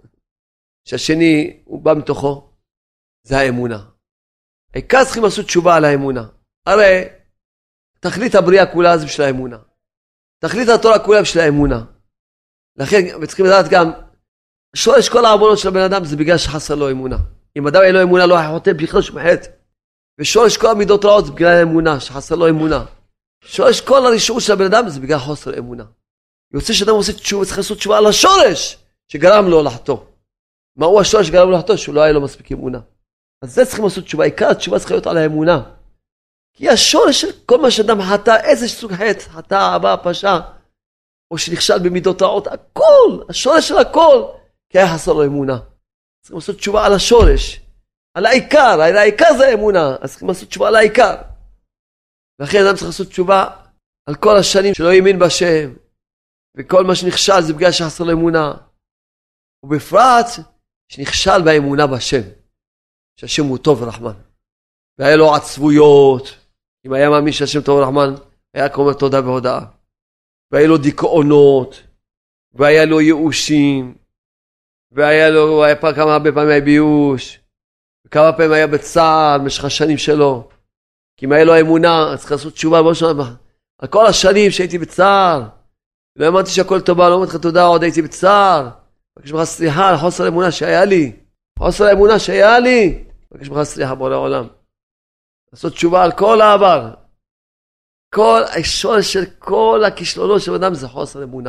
שהשני הוא בא מתוכו, זה האמונה. העיקר צריכים לעשות תשובה על האמונה. הרי תכלית הבריאה כולה זה בשביל האמונה. תכלית התורה כולה בשביל האמונה. לכן, וצריכים לדעת גם, שורש כל העוונות של הבן אדם זה בגלל שחסר לו אמונה. אם אדם אין לו אמונה, לא חוטא בכלל שום חטא. ושורש כל המידות רעות זה בגלל האמונה, שחסר לו אמונה. שורש כל הרשעות של הבן אדם זה בגלל חוסר אמונה. יוצא שאדם עושה תשובה, צריך לעשות תשובה על השורש שגרם לו לחטוא. מהו השורש שגרם לו לחטוא? שהוא לא היה לו מספיק אמונה. אז זה צריכים לעשות תשובה. עיקר התשובה צריכה להיות על האמונה. כי השורש של כל מה שאדם חטא, איזה סוג חטא, חטא, אהבה, פשע, או שנכשל במידות רעות, הכל, השורש של הכל, כי היה חסר לו אמונה. צריכים לעשות תשובה על השורש, על העיקר, העיקר זה האמונה, אז צריכים לעשות תשובה על העיקר. ולכן אדם צריך לעשות תשובה על כל השנים שלא האמין בשם, וכל מה שנכשל זה בגלל שחסר לו אמונה. ובפרט שנכשל באמונה בשם, שהשם הוא טוב ורחמן. והיה לו עצבויות, אם היה מאמין שהשם טוב ורחמן, היה אומר תודה והודאה. והיה לו דיכאונות, והיה לו ייאושים, והיה לו, היה כמה הרבה פעמים היה בייאוש, וכמה פעמים היה בצער במשך השנים שלו. כי אם היה לו אמונה, אז צריך לעשות תשובה על כל השנים שהייתי בצער, לא האמנתי שהכל טובה, לא אמרתי לך תודה, עוד הייתי בצער. מבקש ממך סליחה על חוסר האמונה שהיה לי. חוסר האמונה שהיה לי. מבקש ממך סליחה בורא העולם. לעשות תשובה על כל העבר. כל השורש של כל הכישלונות של אדם זה חוסר אמונה.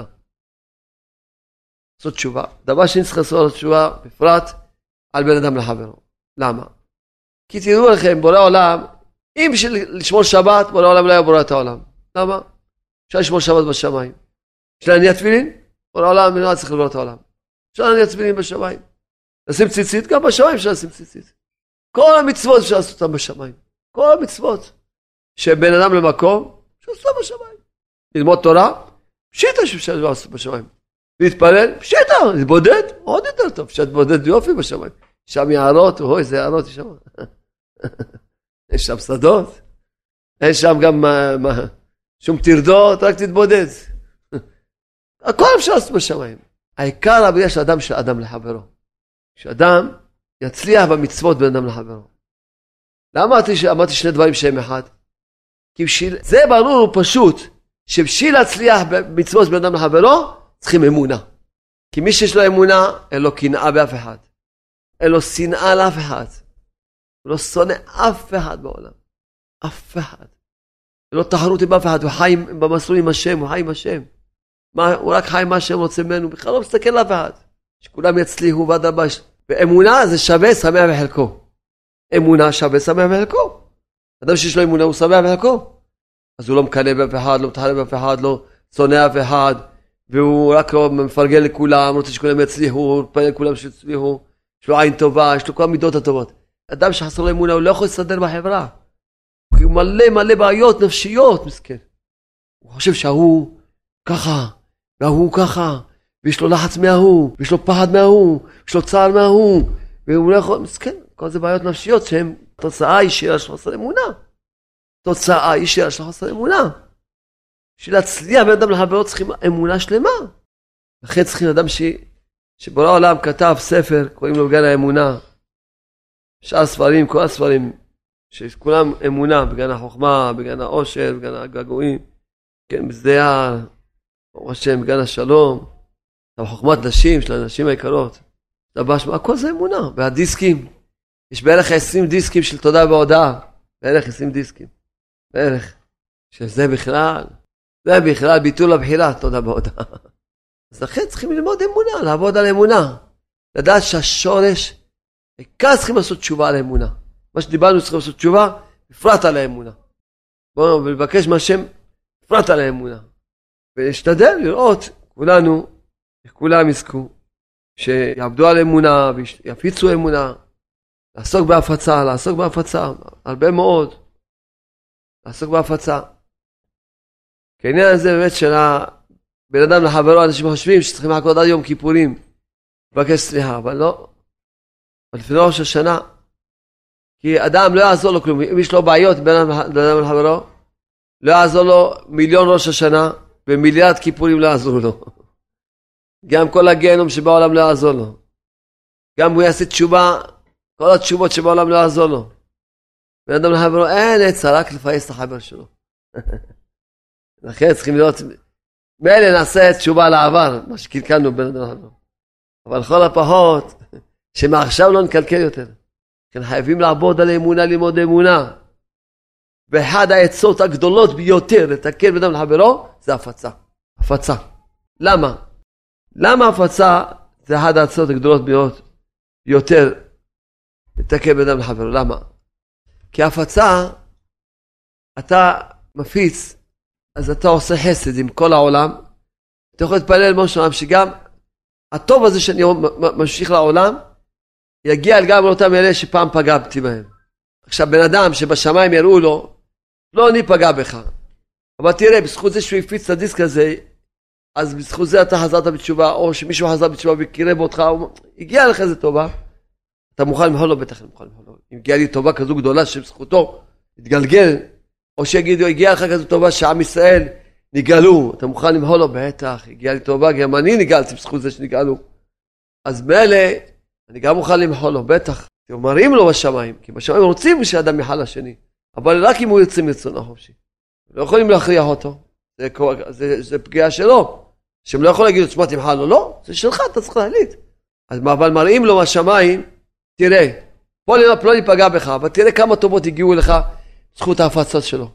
לעשות תשובה. דבר שני צריך לעשות תשובה בפרט על בן אדם לחברו. למה? כי תראו לכם, בורא העולם, אם בשביל לשמור שבת, בורא העולם לא היה בורא את העולם. למה? אפשר לשמור שבת בשמיים. יש להניע תפילין? בורא העולם לא צריך לברוא את העולם. אפשר להניע תפילין בשמיים. לשים ציצית, גם בשמיים אפשר לשים ציצית. כל המצוות אפשר לעשות אותם בשמיים. כל המצוות. שבן אדם למקום, אפשר לעשות בשמיים. ללמוד תורה, פשיטה שאפשר לעשות בשמיים. להתפלל, פשיטה, להתבודד, עוד יותר טוב. אפשר להתבודד יופי בשמיים. שם יערות, אוי, איזה יערות יש שם. יש שם שדות. אין שם גם שום תרדות, רק תתבודד. הכל אפשר לעשות בשמיים. העיקר הבעיה של אדם לחברו. שאדם יצליח במצוות בין אדם לחברו. למה אמרתי שני דברים שהם אחד? כי זה ברור ופשוט, שבשביל להצליח במצוות בין אדם לחברו, צריכים אמונה. כי מי שיש לו אמונה, אין לו קנאה באף אחד. אין לו שנאה לאף אחד. הוא לא שונא אף אחד בעולם. אף אחד. אין לו תחרות עם אף אחד. הוא חי במסלול עם השם, הוא חי עם השם. הוא רק חי מה שהם רוצים ממנו, בכלל לא מסתכל לאף אחד. שכולם יצליחו ועד הבא. ואמונה זה שווה שמח בחלקו. אמונה שווה שמח בחלקו. אדם שיש לו אמונה הוא שמח בחלקו. אז הוא לא מקנא באף אחד, לא מתחלק באף אחד, לא שונא אף אחד, והוא רק מפרגן לכולם, רוצה שכולם יצליחו, הוא מתפלל לכולם שיצליחו, יש לו עין טובה, יש לו כל המידות הטובות. אדם שחסר לו אמונה הוא לא יכול לסדר בחברה. הוא מלא בעיות נפשיות, מסכן. הוא חושב שההוא ככה, וההוא ככה, ויש לו לחץ מההוא, ויש לו פחד מההוא, יש לו צער מההוא, והוא לא יכול, מסכן, כל זה בעיות נפשיות שהן תוצאה ישירה של חוסר אמונה. תוצאה ישירה של חוסר אמונה. בשביל להצליח בין אדם לחברו צריכים אמונה שלמה. לכן צריכים אדם שבורא העולם כתב ספר, קוראים לו בגן האמונה. שאר ספרים, כל הספרים, שכולם אמונה, בגן החוכמה, בגן העושר, בגן הגעגועים, כן, בזדיה, ברוך השם, בגן השלום, חוכמת נשים של הנשים היקרות. הכל זה אמונה. והדיסקים, יש בערך 20 דיסקים של תודה והודאה. בערך 20 דיסקים. בערך. שזה בכלל ביטול הבחירה, תודה והודאה. אז לכן צריכים ללמוד אמונה, לעבוד על אמונה. לדעת שהשורש, העיקר צריכים לעשות תשובה על האמונה. מה שדיברנו צריכים לעשות תשובה, בפרט על האמונה. בואו ולבקש מהשם, בפרט על האמונה. ולהשתדל לראות כולנו, איך כולם יזכו, שיעבדו על אמונה, ויפיצו אמונה, לעסוק בהפצה, הרבה מאוד, לעסוק בהפצה. כי העניין הזה באמת של בן אדם לחברו, אנשים חושבים שצריכים לחכות עד יום כיפורים, לבקש סליחה, אבל לא. אבל לפני ראש השנה, כי אדם לא יעזור לו כלום, אם יש לו בעיות בין אדם לחברו, לא יעזור לו מיליון ראש השנה, ומיליארד כיפורים לא יעזור לו. גם כל הגיהנום שבעולם לא יעזור לו. גם הוא יעשה תשובה, כל התשובות שבעולם לא יעזור לו. בן אדם לחברו, אין עצה, רק לפייס את החבר שלו. לכן צריכים להיות, מילא נעשה תשובה לעבר, מה שקלקלנו בן אדם לחברו. אבל לכל הפחות, שמעכשיו לא נקלקל יותר. כן, חייבים לעבוד על אמונה, ללמוד אמונה. ואחד העצות הגדולות ביותר לתקן בן אדם לחברו, זה הפצה. הפצה. למה? למה הפצה זה אחת העצות הגדולות ביותר לתקן בן אדם לחברו? למה? כי הפצה אתה מפיץ, אז אתה עושה חסד עם כל העולם. אתה יכול להתפלל משהו שגם הטוב הזה שאני ממשיך לעולם, יגיע גם לאותם אלה שפעם פגעתי בהם. עכשיו בן אדם שבשמיים יראו לו, לא אני פגע בך. אבל תראה, בזכות זה שהוא הפיץ את הדיסק הזה, אז בזכות זה אתה חזרת בתשובה, או שמישהו חזר בתשובה וקירב אותך, הגיע לך איזה טובה, אתה מוכן למחול לו? בטח מוכן למחול לו. אם הגיעה לי טובה כזו גדולה שבזכותו התגלגל, או שיגידו, הגיעה לך כזו טובה שעם ישראל נגאלו, אתה מוכן למחול לו? בטח, הגיעה לי טובה, גם אני נגאלתי בזכות זה שנגאלו. אז מאלה, אני גם מוכן למחול לו, בטח. מראים לו בשמיים, כי בשמיים רוצים שאדם יחל לשני, אבל רק אם הוא יוצא מרצון החופשי. לא יכולים להכריח אותו, זה פגיעה שלו, שהם לא יכולים להגיד, תשמע תמחל לו, לא, זה שלך, אתה צריך להחליט. אבל מראים לו בשמיים, תראה, פה לא ניפגע בך, אבל תראה כמה טובות הגיעו לך זכות ההפצות שלו.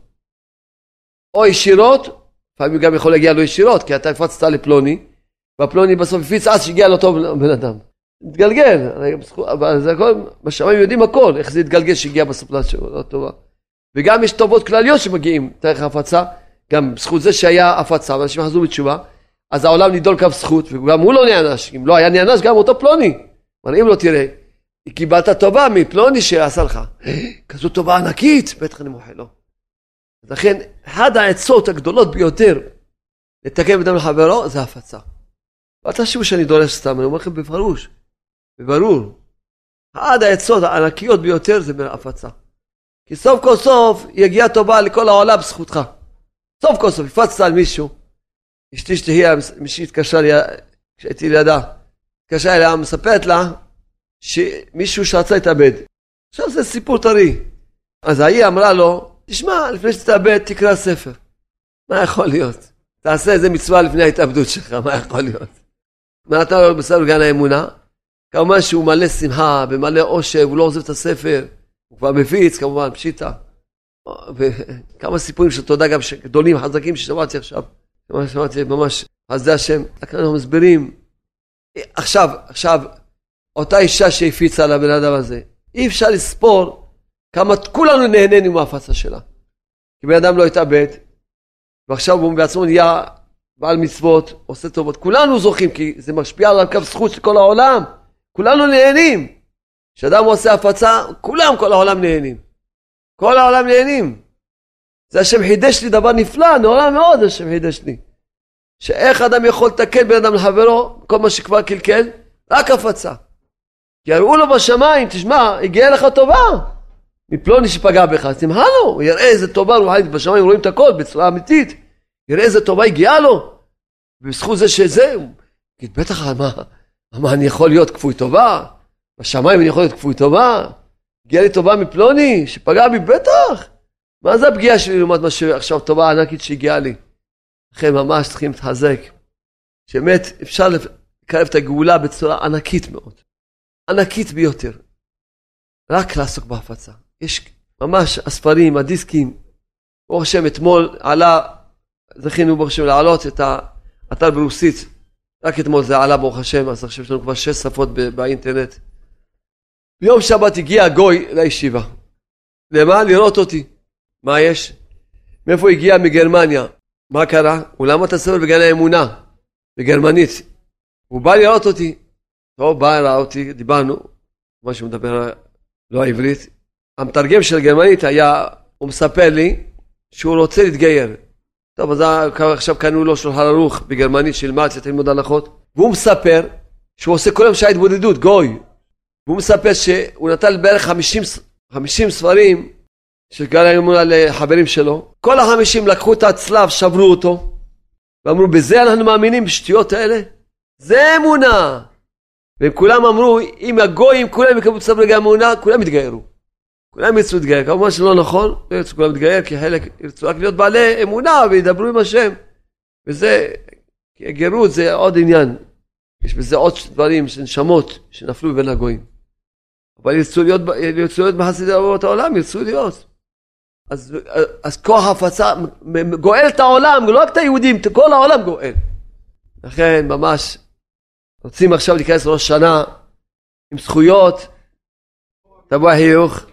או ישירות, לפעמים גם יכול להגיע לו ישירות, כי אתה הפצת לפלוני, והפלוני בסוף הפיץ עד שהגיע לאותו בן אדם. התגלגל, אבל זה הכל, בשמיים יודעים הכל, איך זה התגלגל שהגיע בסוף לא טובה. וגם יש טובות כלליות שמגיעים דרך ההפצה, גם בזכות זה שהיה הפצה, ואנשים חזרו בתשובה, אז העולם נידון קו זכות, וגם הוא לא נענש, אם לא היה נענש גם אותו פלוני. מראים לו, תראה, קיבלת טובה מפלוני שעשה לך, כזו טובה ענקית, בטח אני מוחל לו. לכן, אחד העצות הגדולות ביותר, לתקן בדם לחברו, זה הפצה. ואל תחשבו שאני דורש סתם, אני אומר לכם בפירוש, בברור. אחד העצות הענקיות ביותר זה בהפצה. כי סוף כל סוף יגיע טובה לכל העולם בזכותך. סוף כל סוף, הפצת על מישהו. אשתי שתהיה, מישהי התקשרה לי, כשהייתי לידה, התקשרה אליה, מספרת לה, שמישהו שרצה להתאבד. עכשיו זה סיפור טרי. אז ההיא אמרה לו, תשמע, לפני שתתאבד, תקרא ספר. מה יכול להיות? תעשה איזה מצווה לפני ההתאבדות שלך, מה יכול להיות? מה אתה אומר בספר גן האמונה? כמובן שהוא מלא שמחה ומלא עושר, הוא לא עוזב את הספר, הוא כבר מפיץ, כמובן, פשיטה. וכמה סיפורים של תודה גם גדולים, חזקים ששמעתי עכשיו. שמעתי ממש, אז זה השם, אנחנו מסבירים. עכשיו, אותה אישה שהפיצה על הבן אדם הזה, אי אפשר לספור כמה כולנו נהנינו מההפצה שלה. כי בן אדם לא התאבד, ועכשיו הוא בעצמו נהיה בעל מצוות, עושה טובות. כולנו זוכים, כי זה משפיע על קו זכות של כל העולם. כולנו נהנים. כשאדם עושה הפצה, כל העולם נהנים. כל העולם נהנים. זה השם חידש לי דבר נפלא, נורא מאוד השם חידש לי. שאיך אדם יכול לתקן בן אדם לחברו, כל מה שכבר קלקל, רק הפצה. כי הראו לו בשמיים, תשמע, הגיע לך טובה. מפלוני שפגע בך, אז תמחה לו, הוא יראה איזה טובה רוחנית, בשמיים רואים את הכל בצורה אמיתית. יראה איזה טובה הגיעה לו, ובזכות זה שזה, הוא יגיד, בטח, מה אני יכול להיות כפוי טובה? בשמיים אני יכול להיות כפוי טובה? הגיעה לי טובה מפלוני, שפגע בי, בטח. מה זה הפגיעה שלי לעומת מה שעכשיו טובה ענקית שהגיעה לי? לכן ממש צריכים להתחזק, שבאמת אפשר לקרב את הגאולה בצורה ענקית מאוד. ענקית ביותר. רק לעסוק בהפצה. יש ממש הספרים, הדיסקים, ברוך השם אתמול עלה, זכינו ברוך השם לעלות את האתר ברוסית, רק אתמול זה עלה ברוך השם, אז עכשיו יש לנו כבר 6 שפות באינטרנט. ביום שבת הגיע גוי לישיבה. למה? לראות אותי. מה יש? מאיפה הגיע? מגרמניה. מה קרה? הוא למד את הספר בגן האמונה, בגרמנית. הוא בא לראות אותי. טוב, בא לראות אותי, דיברנו, מה שהוא מדבר לא העברית. המתרגם של גרמנית היה, הוא מספר לי שהוא רוצה להתגייר. טוב, אז עכשיו קנו לו שולחן ערוך בגרמנית שילמד ללמוד הלכות. והוא מספר שהוא עושה כל יום שעה התבודדות, גוי. והוא מספר שהוא נתן בערך 50 ספרים של גן האמונה לחברים שלו. כל ה50 לקחו את הצלב, שברו אותו, ואמרו, בזה אנחנו מאמינים בשטויות האלה? זה אמונה. והם כולם אמרו, אם הגויים כולם יקבלו צלב לגן האמונה, כולם יתגיירו. כולם ירצו להתגייר. כמובן שלא נכון, לא ירצו כולם להתגייר, כי חלק ירצו רק להיות בעלי אמונה וידברו עם השם. וזה, כי הגירות זה עוד עניין. יש בזה עוד דברים, נשמות שנפלו בין הגויים. אבל ירצו להיות בחסידי אומות העולם, ירצו להיות. אז כוח הפצה גואל את העולם, לא רק את היהודים, כל העולם גואל. לכן ממש רוצים עכשיו להיכנס ראש שנה עם זכויות, תבוא החיוך.